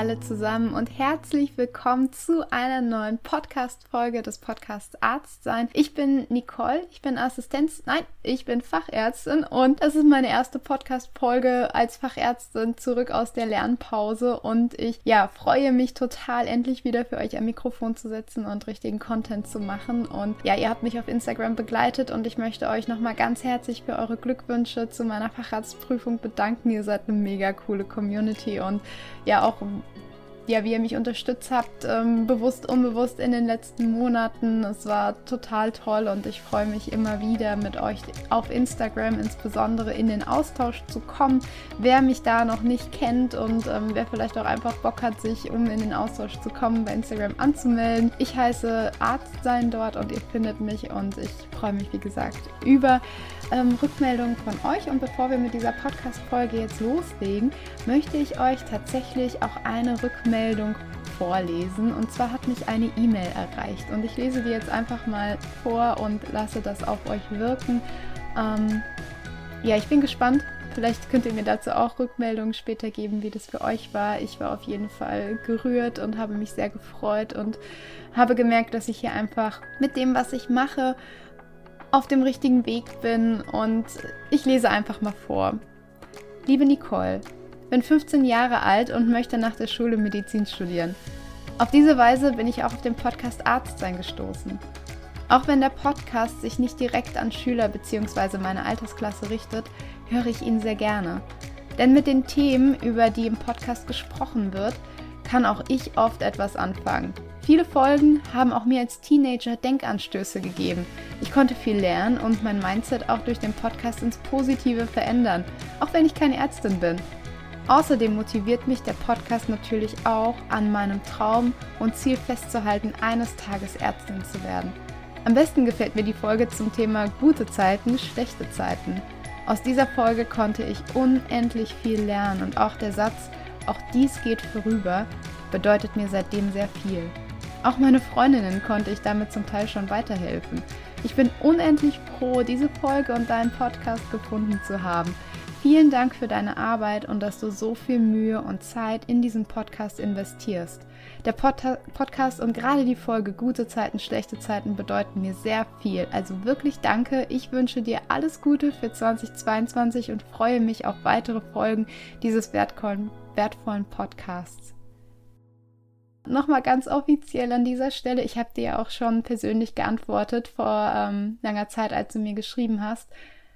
alle zusammen und herzlich willkommen zu einer neuen Podcast-Folge des Podcasts Arztsein. Ich bin Nicole, ich bin ich bin Fachärztin und das ist meine erste Podcast-Folge als Fachärztin zurück aus der Lernpause und ich freue mich total, endlich wieder für euch am Mikrofon zu sitzen und richtigen Content zu machen. Und ihr habt mich auf Instagram begleitet und ich möchte euch nochmal ganz herzlich für eure Glückwünsche zu meiner Facharztprüfung bedanken. Ihr seid eine mega coole Community und wie ihr mich unterstützt habt, bewusst, unbewusst in den letzten Monaten. Es war total toll und ich freue mich immer wieder mit euch auf Instagram insbesondere in den Austausch zu kommen. Wer mich da noch nicht kennt und wer vielleicht auch einfach Bock hat, sich in den Austausch zu kommen, bei Instagram anzumelden. Ich heiße Arztsein dort und ihr findet mich und ich freue mich, wie gesagt, über Rückmeldungen von euch. Und bevor wir mit dieser Podcast-Folge jetzt loslegen, möchte ich euch tatsächlich auch eine Rückmeldung vorlesen. Und zwar hat mich eine E-Mail erreicht und ich lese die jetzt einfach mal vor und lasse das auf euch wirken. Ich bin gespannt. Vielleicht könnt ihr mir dazu auch Rückmeldungen später geben, wie das für euch war. Ich war auf jeden Fall gerührt und habe mich sehr gefreut und habe gemerkt, dass ich hier einfach mit dem, was ich mache, auf dem richtigen Weg bin und ich lese einfach mal vor. Liebe Nicole, bin 15 Jahre alt und möchte nach der Schule Medizin studieren. Auf diese Weise bin ich auch auf den Podcast Arztsein gestoßen. Auch wenn der Podcast sich nicht direkt an Schüler bzw. meine Altersklasse richtet, höre ich ihn sehr gerne. Denn mit den Themen, über die im Podcast gesprochen wird, kann auch ich oft etwas anfangen. Viele Folgen haben auch mir als Teenager Denkanstöße gegeben. Ich konnte viel lernen und mein Mindset auch durch den Podcast ins Positive verändern, auch wenn ich keine Ärztin bin. Außerdem motiviert mich der Podcast natürlich auch, an meinem Traum und Ziel festzuhalten, eines Tages Ärztin zu werden. Am besten gefällt mir die Folge zum Thema gute Zeiten, schlechte Zeiten. Aus dieser Folge konnte ich unendlich viel lernen und auch der Satz, auch dies geht vorüber, bedeutet mir seitdem sehr viel. Auch meine Freundinnen konnte ich damit zum Teil schon weiterhelfen. Ich bin unendlich froh, diese Folge und deinen Podcast gefunden zu haben. Vielen Dank für deine Arbeit und dass du so viel Mühe und Zeit in diesen Podcast investierst. Der Podcast und gerade die Folge Gute Zeiten, schlechte Zeiten bedeuten mir sehr viel. Also wirklich danke. Ich wünsche dir alles Gute für 2022 und freue mich auf weitere Folgen dieses wertvollen Podcasts. Nochmal ganz offiziell an dieser Stelle, ich habe dir ja auch schon persönlich geantwortet vor langer Zeit, als du mir geschrieben hast.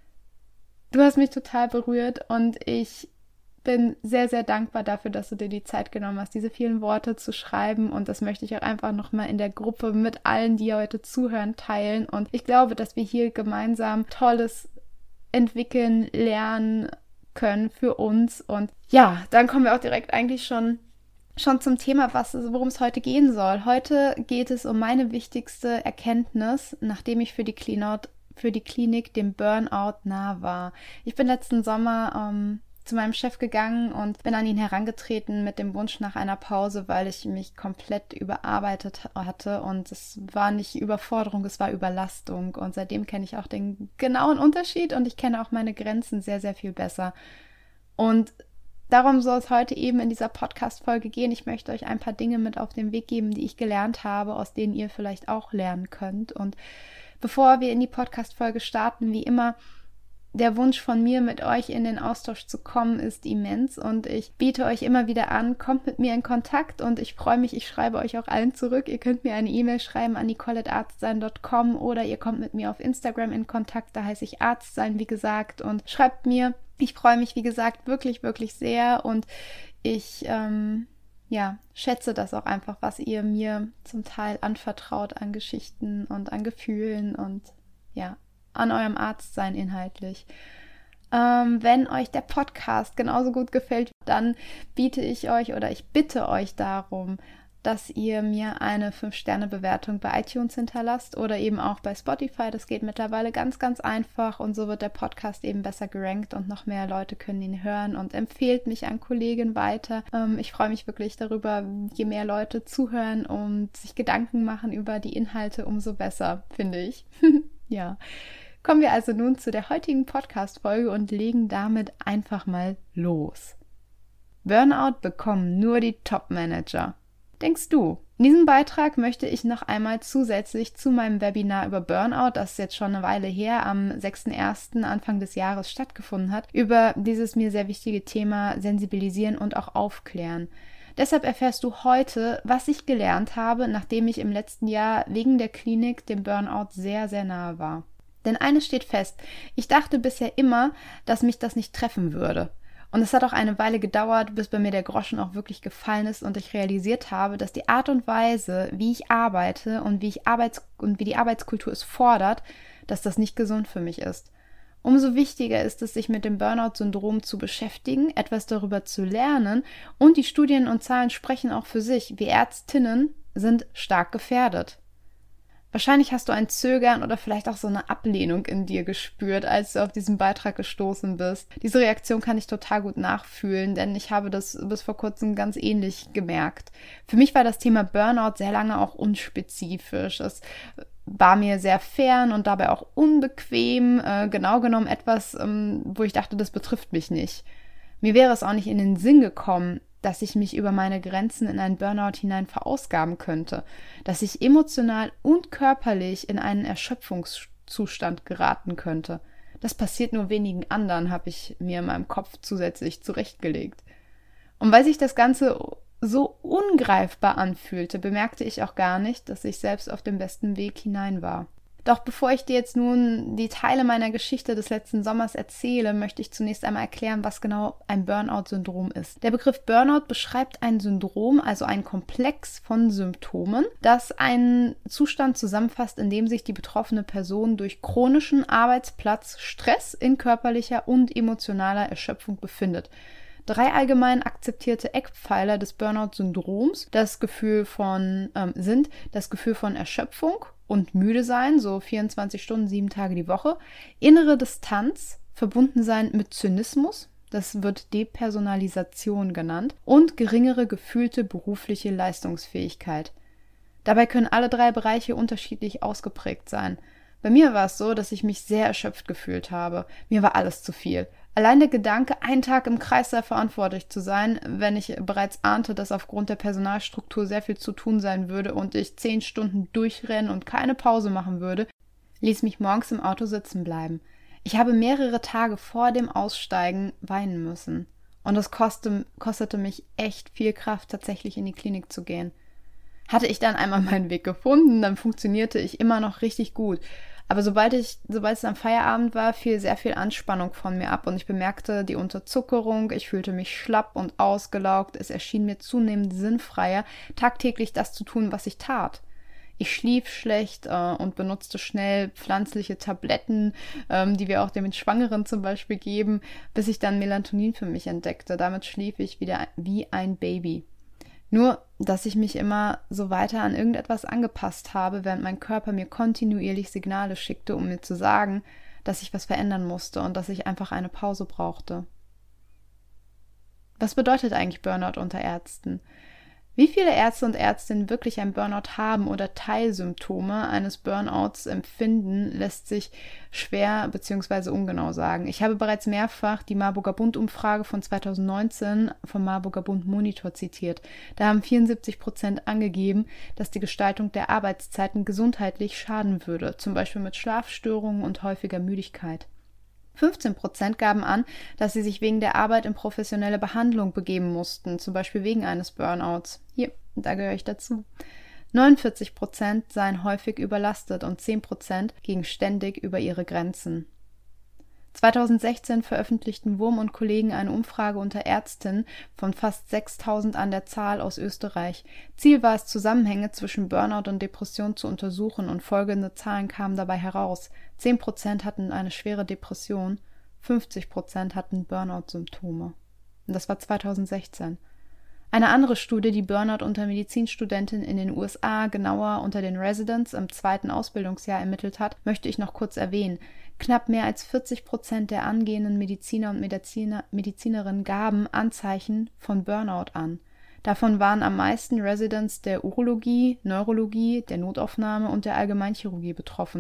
Du hast mich total berührt und ich bin sehr, sehr dankbar dafür, dass du dir die Zeit genommen hast, diese vielen Worte zu schreiben und das möchte ich auch einfach nochmal in der Gruppe mit allen, die heute zuhören, teilen und ich glaube, dass wir hier gemeinsam Tolles entwickeln, lernen können für uns und dann kommen wir auch direkt eigentlich schon zum Thema, worum es heute gehen soll. Heute geht es um meine wichtigste Erkenntnis, nachdem ich für die Klinik dem Burnout nah war. Ich bin letzten Sommer zu meinem Chef gegangen und bin an ihn herangetreten mit dem Wunsch nach einer Pause, weil ich mich komplett überarbeitet hatte und es war nicht Überforderung, es war Überlastung und seitdem kenne ich auch den genauen Unterschied und ich kenne auch meine Grenzen sehr, sehr viel besser. Und darum soll es heute eben in dieser Podcast-Folge gehen. Ich möchte euch ein paar Dinge mit auf den Weg geben, die ich gelernt habe, aus denen ihr vielleicht auch lernen könnt. Und bevor wir in die Podcast-Folge starten, wie immer, der Wunsch von mir, mit euch in den Austausch zu kommen, ist immens und ich biete euch immer wieder an, kommt mit mir in Kontakt und ich freue mich, ich schreibe euch auch allen zurück. Ihr könnt mir eine E-Mail schreiben an nicole@arztsein.com oder ihr kommt mit mir auf Instagram in Kontakt, da heiße ich Arztsein, wie gesagt, und schreibt mir. Ich freue mich, wie gesagt, wirklich, wirklich sehr und ich schätze das auch einfach, was ihr mir zum Teil anvertraut an Geschichten und an Gefühlen und an eurem Arztsein inhaltlich. Wenn euch der Podcast genauso gut gefällt, dann bitte ich bitte euch darum, dass ihr mir eine 5-Sterne-Bewertung bei iTunes hinterlasst oder eben auch bei Spotify. Das geht mittlerweile ganz, ganz einfach und so wird der Podcast eben besser gerankt und noch mehr Leute können ihn hören und empfehlt mich an Kollegen weiter. Ich freue mich wirklich darüber, je mehr Leute zuhören und sich Gedanken machen über die Inhalte, umso besser, finde ich. Kommen wir also nun zu der heutigen Podcast-Folge und legen damit einfach mal los. Burnout bekommen nur die Top-Manager. Denkst du? In diesem Beitrag möchte ich noch einmal zusätzlich zu meinem Webinar über Burnout, das jetzt schon eine Weile her, am 6.1. Anfang des Jahres stattgefunden hat, über dieses mir sehr wichtige Thema sensibilisieren und auch aufklären. Deshalb erfährst du heute, was ich gelernt habe, nachdem ich im letzten Jahr wegen der Klinik dem Burnout sehr, sehr nahe war. Denn eines steht fest, ich dachte bisher immer, dass mich das nicht treffen würde. Und es hat auch eine Weile gedauert, bis bei mir der Groschen auch wirklich gefallen ist und ich realisiert habe, dass die Art und Weise, wie ich arbeite und wie die Arbeitskultur es fordert, dass das nicht gesund für mich ist. Umso wichtiger ist es, sich mit dem Burnout-Syndrom zu beschäftigen, etwas darüber zu lernen und die Studien und Zahlen sprechen auch für sich. Wir Ärztinnen sind stark gefährdet. Wahrscheinlich hast du ein Zögern oder vielleicht auch so eine Ablehnung in dir gespürt, als du auf diesen Beitrag gestoßen bist. Diese Reaktion kann ich total gut nachfühlen, denn ich habe das bis vor kurzem ganz ähnlich gemerkt. Für mich war das Thema Burnout sehr lange auch unspezifisch. Es war mir sehr fern und dabei auch unbequem, genau genommen etwas, wo ich dachte, das betrifft mich nicht. Mir wäre es auch nicht in den Sinn gekommen, dass ich mich über meine Grenzen in einen Burnout hinein verausgaben könnte, dass ich emotional und körperlich in einen Erschöpfungszustand geraten könnte. Das passiert nur wenigen anderen, habe ich mir in meinem Kopf zusätzlich zurechtgelegt. Und weil sich das Ganze so ungreifbar anfühlte, bemerkte ich auch gar nicht, dass ich selbst auf dem besten Weg hinein war. Doch bevor ich dir jetzt nun die Teile meiner Geschichte des letzten Sommers erzähle, möchte ich zunächst einmal erklären, was genau ein Burnout-Syndrom ist. Der Begriff Burnout beschreibt ein Syndrom, also einen Komplex von Symptomen, das einen Zustand zusammenfasst, in dem sich die betroffene Person durch chronischen Arbeitsplatzstress in körperlicher und emotionaler Erschöpfung befindet. 3 allgemein akzeptierte Eckpfeiler des Burnout-Syndroms sind das Gefühl von Erschöpfung und müde sein, so 24 Stunden, 7 Tage die Woche, innere Distanz, verbunden sein mit Zynismus, das wird Depersonalisation genannt, und geringere gefühlte berufliche Leistungsfähigkeit. Dabei können alle 3 Bereiche unterschiedlich ausgeprägt sein. Bei mir war es so, dass ich mich sehr erschöpft gefühlt habe. Mir war alles zu viel. Allein der Gedanke, einen Tag im Kreißsaal verantwortlich zu sein, wenn ich bereits ahnte, dass aufgrund der Personalstruktur sehr viel zu tun sein würde und ich 10 Stunden durchrennen und keine Pause machen würde, ließ mich morgens im Auto sitzen bleiben. Ich habe mehrere Tage vor dem Aussteigen weinen müssen. Und es kostete mich echt viel Kraft, tatsächlich in die Klinik zu gehen. Hatte ich dann einmal meinen Weg gefunden, dann funktionierte ich immer noch richtig gut. Aber sobald es am Feierabend war, fiel sehr viel Anspannung von mir ab und ich bemerkte die Unterzuckerung, ich fühlte mich schlapp und ausgelaugt, es erschien mir zunehmend sinnfreier, tagtäglich das zu tun, was ich tat. Ich schlief schlecht und benutzte schnell pflanzliche Tabletten, die wir auch den Schwangeren zum Beispiel geben, bis ich dann Melatonin für mich entdeckte. Damit schlief ich wieder wie ein Baby. Nur, dass ich mich immer so weiter an irgendetwas angepasst habe, während mein Körper mir kontinuierlich Signale schickte, um mir zu sagen, dass ich was verändern musste und dass ich einfach eine Pause brauchte. Was bedeutet eigentlich Burnout unter Ärzten? Wie viele Ärzte und Ärztinnen wirklich ein Burnout haben oder Teilsymptome eines Burnouts empfinden, lässt sich schwer bzw. ungenau sagen. Ich habe bereits mehrfach die Marburger Bund-Umfrage von 2019 vom Marburger Bund Monitor zitiert. Da haben 74% angegeben, dass die Gestaltung der Arbeitszeiten gesundheitlich schaden würde, zum Beispiel mit Schlafstörungen und häufiger Müdigkeit. 15% gaben an, dass sie sich wegen der Arbeit in professionelle Behandlung begeben mussten, zum Beispiel wegen eines Burnouts. Hier, da gehöre ich dazu. 49% seien häufig überlastet und 10% gingen ständig über ihre Grenzen. 2016 veröffentlichten Wurm und Kollegen eine Umfrage unter Ärztinnen von fast 6.000 an der Zahl aus Österreich. Ziel war es, Zusammenhänge zwischen Burnout und Depression zu untersuchen und folgende Zahlen kamen dabei heraus. 10% hatten eine schwere Depression, 50% hatten Burnout-Symptome. Und das war 2016. Eine andere Studie, die Burnout unter Medizinstudentinnen in den USA, genauer unter den Residents im 2. Ausbildungsjahr ermittelt hat, möchte ich noch kurz erwähnen. Knapp mehr als 40% der angehenden Mediziner und Medizinerinnen gaben Anzeichen von Burnout an. Davon waren am meisten Residents der Urologie, Neurologie, der Notaufnahme und der Allgemeinchirurgie betroffen.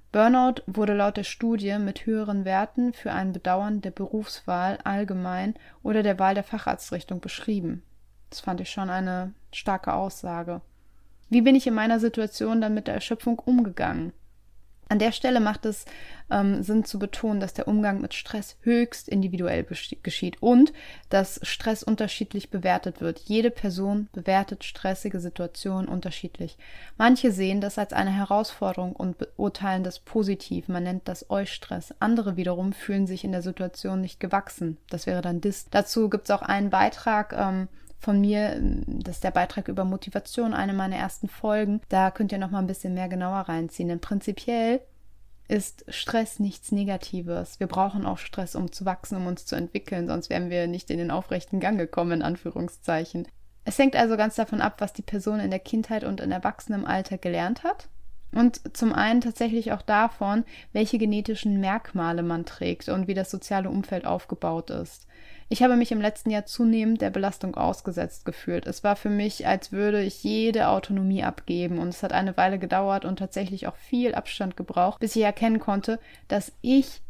Burnout wurde laut der Studie mit höheren Werten für ein Bedauern der Berufswahl allgemein oder der Wahl der Facharztrichtung beschrieben. Das fand ich schon eine starke Aussage. Wie bin ich in meiner Situation dann mit der Erschöpfung umgegangen? An der Stelle macht es Sinn zu betonen, dass der Umgang mit Stress höchst individuell geschieht und dass Stress unterschiedlich bewertet wird. Jede Person bewertet stressige Situationen unterschiedlich. Manche sehen das als eine Herausforderung und beurteilen das positiv. Man nennt das Eustress. Andere wiederum fühlen sich in der Situation nicht gewachsen. Das wäre dann Dis. Dazu gibt es auch einen Beitrag von mir, das ist der Beitrag über Motivation, eine meiner ersten Folgen. Da könnt ihr noch mal ein bisschen mehr genauer reinziehen. Denn prinzipiell ist Stress nichts Negatives. Wir brauchen auch Stress, um zu wachsen, um uns zu entwickeln, sonst wären wir nicht in den aufrechten Gang gekommen, in Anführungszeichen. Es hängt also ganz davon ab, was die Person in der Kindheit und in Erwachsenenalter gelernt hat. Und zum einen tatsächlich auch davon, welche genetischen Merkmale man trägt und wie das soziale Umfeld aufgebaut ist. Ich habe mich im letzten Jahr zunehmend der Belastung ausgesetzt gefühlt. Es war für mich, als würde ich jede Autonomie abgeben und es hat eine Weile gedauert und tatsächlich auch viel Abstand gebraucht, bis ich erkennen konnte, dass ich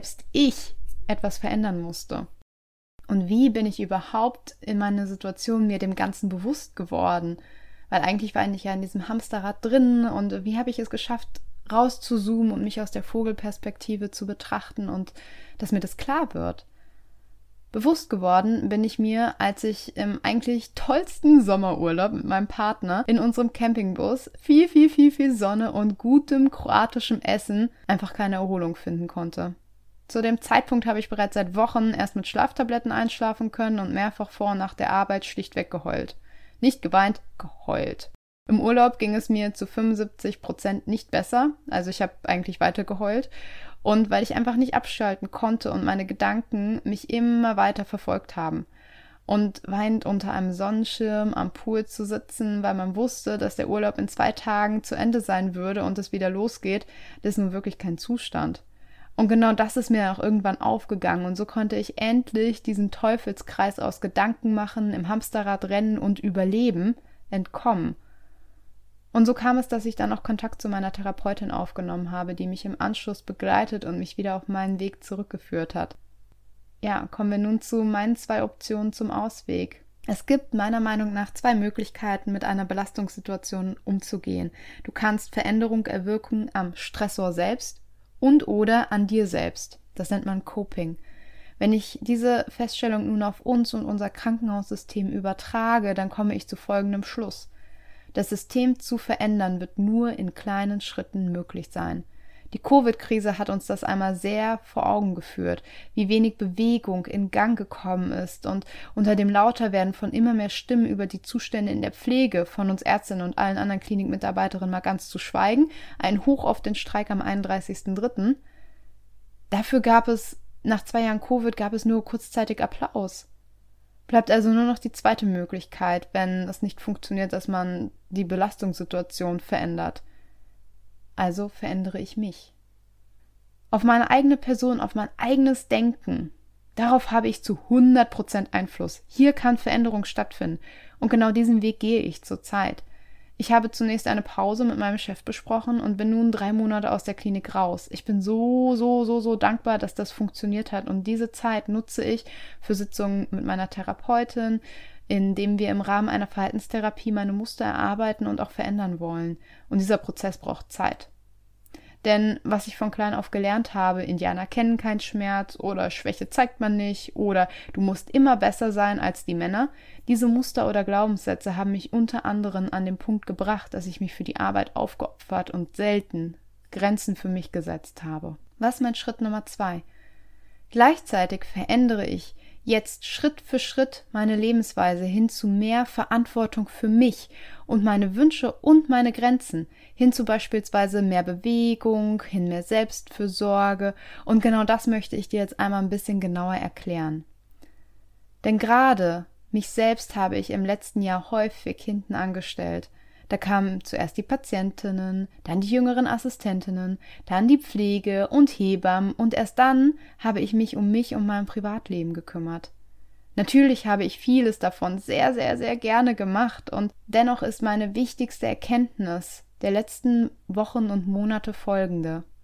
etwas verändern musste. Und wie bin ich überhaupt in meiner Situation mir dem Ganzen bewusst geworden? Weil eigentlich war ich ja in diesem Hamsterrad drin und wie habe ich es geschafft, rauszuzoomen und mich aus der Vogelperspektive zu betrachten und dass mir das klar wird? Bewusst geworden bin ich mir, als ich im eigentlich tollsten Sommerurlaub mit meinem Partner in unserem Campingbus viel Sonne und gutem kroatischem Essen einfach keine Erholung finden konnte. Zu dem Zeitpunkt habe ich bereits seit Wochen erst mit Schlaftabletten einschlafen können und mehrfach vor und nach der Arbeit schlichtweg geheult. Nicht geweint, geheult. Im Urlaub ging es mir zu 75% nicht besser, also ich habe eigentlich weiter geheult. Und weil ich einfach nicht abschalten konnte und meine Gedanken mich immer weiter verfolgt haben. Und weinend unter einem Sonnenschirm am Pool zu sitzen, weil man wusste, dass der Urlaub in 2 Tagen zu Ende sein würde und es wieder losgeht, das ist nun wirklich kein Zustand. Und genau das ist mir auch irgendwann aufgegangen und so konnte ich endlich diesen Teufelskreis aus Gedanken machen, im Hamsterrad rennen und überleben, entkommen. Und so kam es, dass ich dann auch Kontakt zu meiner Therapeutin aufgenommen habe, die mich im Anschluss begleitet und mich wieder auf meinen Weg zurückgeführt hat. Ja, kommen wir nun zu meinen 2 Optionen zum Ausweg. Es gibt meiner Meinung nach 2 Möglichkeiten, mit einer Belastungssituation umzugehen. Du kannst Veränderung erwirken am Stressor selbst und oder an dir selbst. Das nennt man Coping. Wenn ich diese Feststellung nun auf uns und unser Krankenhaussystem übertrage, dann komme ich zu folgendem Schluss. Das System zu verändern wird nur in kleinen Schritten möglich sein. Die Covid-Krise hat uns das einmal sehr vor Augen geführt, wie wenig Bewegung in Gang gekommen ist und unter dem Lauterwerden von immer mehr Stimmen über die Zustände in der Pflege, von uns Ärztinnen und allen anderen Klinikmitarbeiterinnen mal ganz zu schweigen, ein Hoch auf den Streik am 31.03. Dafür gab es, nach 2 Jahren Covid, nur kurzzeitig Applaus. Bleibt also nur noch die zweite Möglichkeit, wenn es nicht funktioniert, dass man die Belastungssituation verändert. Also verändere ich mich. Auf meine eigene Person, auf mein eigenes Denken, darauf habe ich zu 100% Einfluss. Hier kann Veränderung stattfinden. Und genau diesen Weg gehe ich zurzeit. Ich habe zunächst eine Pause mit meinem Chef besprochen und bin nun 3 Monate aus der Klinik raus. Ich bin so dankbar, dass das funktioniert hat. Und diese Zeit nutze ich für Sitzungen mit meiner Therapeutin, indem wir im Rahmen einer Verhaltenstherapie meine Muster erarbeiten und auch verändern wollen. Und dieser Prozess braucht Zeit. Denn was ich von klein auf gelernt habe, Indianer kennen keinen Schmerz oder Schwäche zeigt man nicht oder du musst immer besser sein als die Männer, diese Muster oder Glaubenssätze haben mich unter anderem an den Punkt gebracht, dass ich mich für die Arbeit aufgeopfert und selten Grenzen für mich gesetzt habe. Was ist mein Schritt Nummer 2? Gleichzeitig verändere ich jetzt Schritt für Schritt meine Lebensweise hin zu mehr Verantwortung für mich und meine Wünsche und meine Grenzen, hin zu beispielsweise mehr Bewegung, hin mehr Selbstfürsorge und genau das möchte ich dir jetzt einmal ein bisschen genauer erklären. Denn gerade mich selbst habe ich im letzten Jahr häufig hinten angestellt. Da kamen zuerst die Patientinnen, dann die jüngeren Assistentinnen, dann die Pflege und Hebammen und erst dann habe ich mich um mein Privatleben gekümmert. Natürlich habe ich vieles davon sehr gerne gemacht und dennoch ist meine wichtigste Erkenntnis der letzten Wochen und Monate folgende.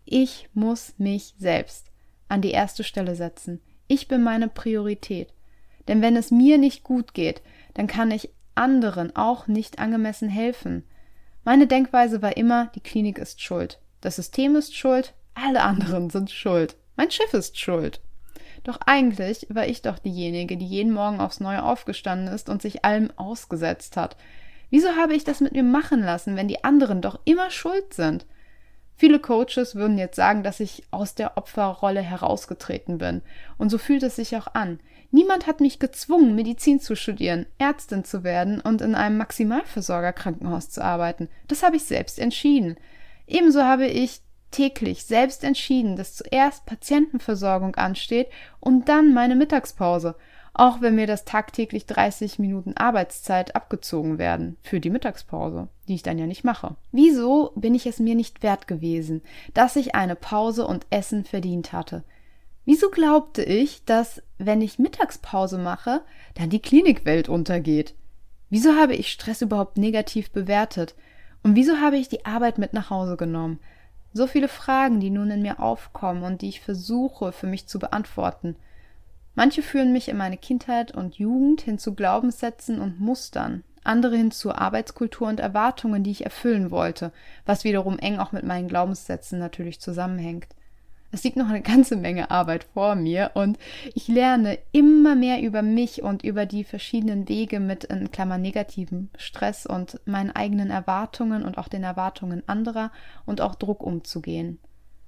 Ich muss mich selbst an die erste Stelle setzen. Ich bin meine Priorität. Denn wenn es mir nicht gut geht, dann kann ich anderen auch nicht angemessen helfen. Meine Denkweise war immer, die Klinik ist schuld. Das System ist schuld, alle anderen sind schuld. Mein Chef ist schuld. Doch eigentlich war ich doch diejenige, die jeden Morgen aufs Neue aufgestanden ist und sich allem ausgesetzt hat. Wieso habe ich das mit mir machen lassen, wenn die anderen doch immer schuld sind? Viele Coaches würden jetzt sagen, dass ich aus der Opferrolle herausgetreten bin. Und so fühlt es sich auch an. Niemand hat mich gezwungen, Medizin zu studieren, Ärztin zu werden und in einem Maximalversorgerkrankenhaus zu arbeiten. Das habe ich selbst entschieden. Ebenso habe ich täglich selbst entschieden, dass zuerst Patientenversorgung ansteht und dann meine Mittagspause, auch wenn mir das tagtäglich 30 Minuten Arbeitszeit abgezogen werden für die Mittagspause, die ich dann ja nicht mache. Wieso bin ich es mir nicht wert gewesen, dass ich eine Pause und Essen verdient hatte? Wieso glaubte ich, dass, wenn ich Mittagspause mache, dann die Klinikwelt untergeht? Wieso habe ich Stress überhaupt negativ bewertet? Und wieso habe ich die Arbeit mit nach Hause genommen? So viele Fragen, die nun in mir aufkommen und die ich versuche für mich zu beantworten. Manche führen mich in meine Kindheit und Jugend hin zu Glaubenssätzen und Mustern, andere hin zur Arbeitskultur und Erwartungen, die ich erfüllen wollte, was wiederum eng auch mit meinen Glaubenssätzen natürlich zusammenhängt. Es liegt noch eine ganze Menge Arbeit vor mir und ich lerne immer mehr über mich und über die verschiedenen Wege mit in Klammern negativem Stress und meinen eigenen Erwartungen und auch den Erwartungen anderer und auch Druck umzugehen.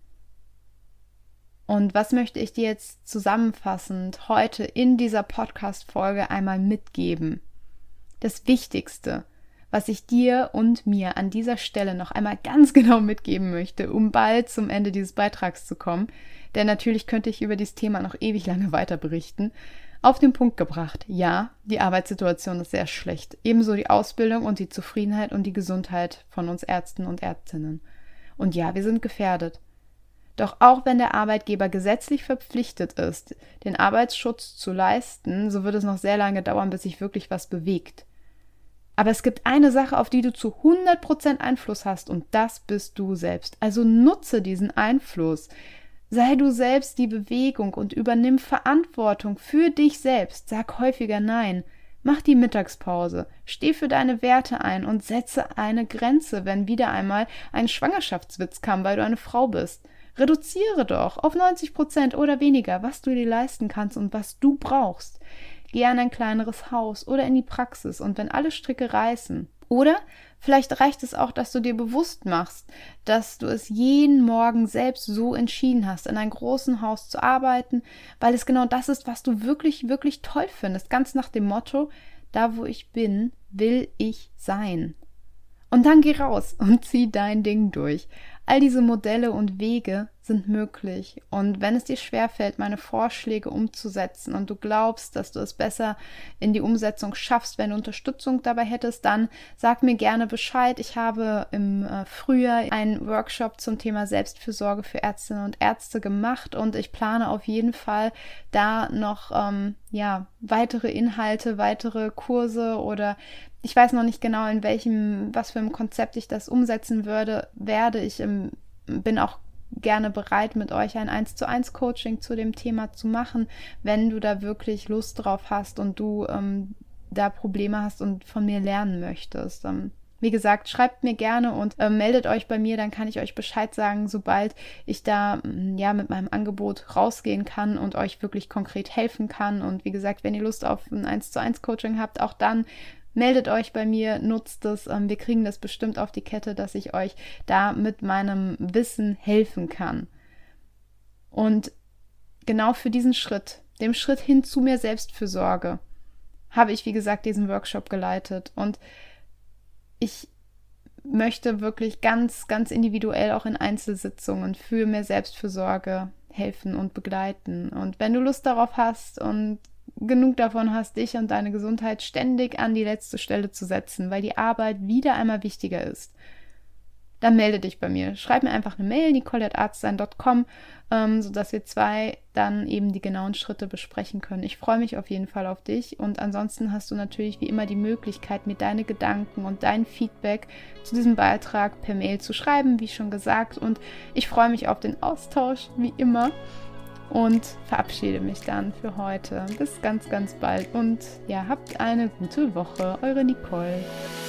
Und was möchte ich dir jetzt zusammenfassend heute in dieser Podcast-Folge einmal mitgeben? Das Wichtigste, was ich dir und mir an dieser Stelle noch einmal ganz genau mitgeben möchte, um bald zum Ende dieses Beitrags zu kommen, denn natürlich könnte ich über dieses Thema noch ewig lange weiter berichten, auf den Punkt gebracht. Ja, die Arbeitssituation ist sehr schlecht. Ebenso die Ausbildung und die Zufriedenheit und die Gesundheit von uns Ärzten und Ärztinnen. Und ja, wir sind gefährdet. Doch auch wenn der Arbeitgeber gesetzlich verpflichtet ist, den Arbeitsschutz zu leisten, so wird es noch sehr lange dauern, bis sich wirklich was bewegt. Aber es gibt eine Sache, auf die du zu 100% Einfluss hast und das bist du selbst. Also nutze diesen Einfluss. Sei du selbst die Bewegung und übernimm Verantwortung für dich selbst. Sag häufiger Nein. Mach die Mittagspause. Steh für deine Werte ein und setze eine Grenze, wenn wieder einmal ein Schwangerschaftswitz kam, weil du eine Frau bist. Reduziere doch auf 90% oder weniger, was du dir leisten kannst und was du brauchst. Geh an ein kleineres Haus oder in die Praxis und wenn alle Stricke reißen. Oder vielleicht reicht es auch, dass du dir bewusst machst, dass du es jeden Morgen selbst so entschieden hast, in einem großen Haus zu arbeiten, weil es genau das ist, was du wirklich, wirklich toll findest. Ganz nach dem Motto, da wo ich bin, will ich sein. Und dann geh raus und zieh dein Ding durch. All diese Modelle und Wege sind möglich. Und wenn es dir schwerfällt, meine Vorschläge umzusetzen und du glaubst, dass du es besser in die Umsetzung schaffst, wenn du Unterstützung dabei hättest, dann sag mir gerne Bescheid. Ich habe im Frühjahr einen Workshop zum Thema Selbstfürsorge für Ärztinnen und Ärzte gemacht und ich plane auf jeden Fall da noch weitere Inhalte, weitere Kurse oder ich weiß noch nicht genau, was für ein Konzept ich das umsetzen werde. Ich bin auch gerne bereit, mit euch ein 1:1 Coaching zu dem Thema zu machen, wenn du da wirklich Lust drauf hast und du da Probleme hast und von mir lernen möchtest. Wie gesagt, schreibt mir gerne und meldet euch bei mir, dann kann ich euch Bescheid sagen, sobald ich da mit meinem Angebot rausgehen kann und euch wirklich konkret helfen kann. Und wie gesagt, wenn ihr Lust auf ein 1:1 Coaching habt, auch dann meldet euch bei mir, nutzt es. Wir kriegen das bestimmt auf die Kette, dass ich euch da mit meinem Wissen helfen kann. Und genau für diesen Schritt, dem Schritt hin zu mehr Selbstfürsorge, habe ich, wie gesagt, diesen Workshop geleitet. Und ich möchte wirklich ganz, ganz individuell auch in Einzelsitzungen für mehr Selbstfürsorge helfen und begleiten. Und wenn du Lust darauf hast und genug davon hast, dich und deine Gesundheit ständig an die letzte Stelle zu setzen, weil die Arbeit wieder einmal wichtiger ist, dann melde dich bei mir. Schreib mir einfach eine Mail, nicole@arztsein.com, sodass wir 2 dann eben die genauen Schritte besprechen können. Ich freue mich auf jeden Fall auf dich und ansonsten hast du natürlich wie immer die Möglichkeit, mir deine Gedanken und dein Feedback zu diesem Beitrag per Mail zu schreiben, wie schon gesagt, und ich freue mich auf den Austausch, wie immer, und verabschiede mich dann für heute. Bis ganz, ganz bald und ja, habt eine gute Woche. Eure Nicole.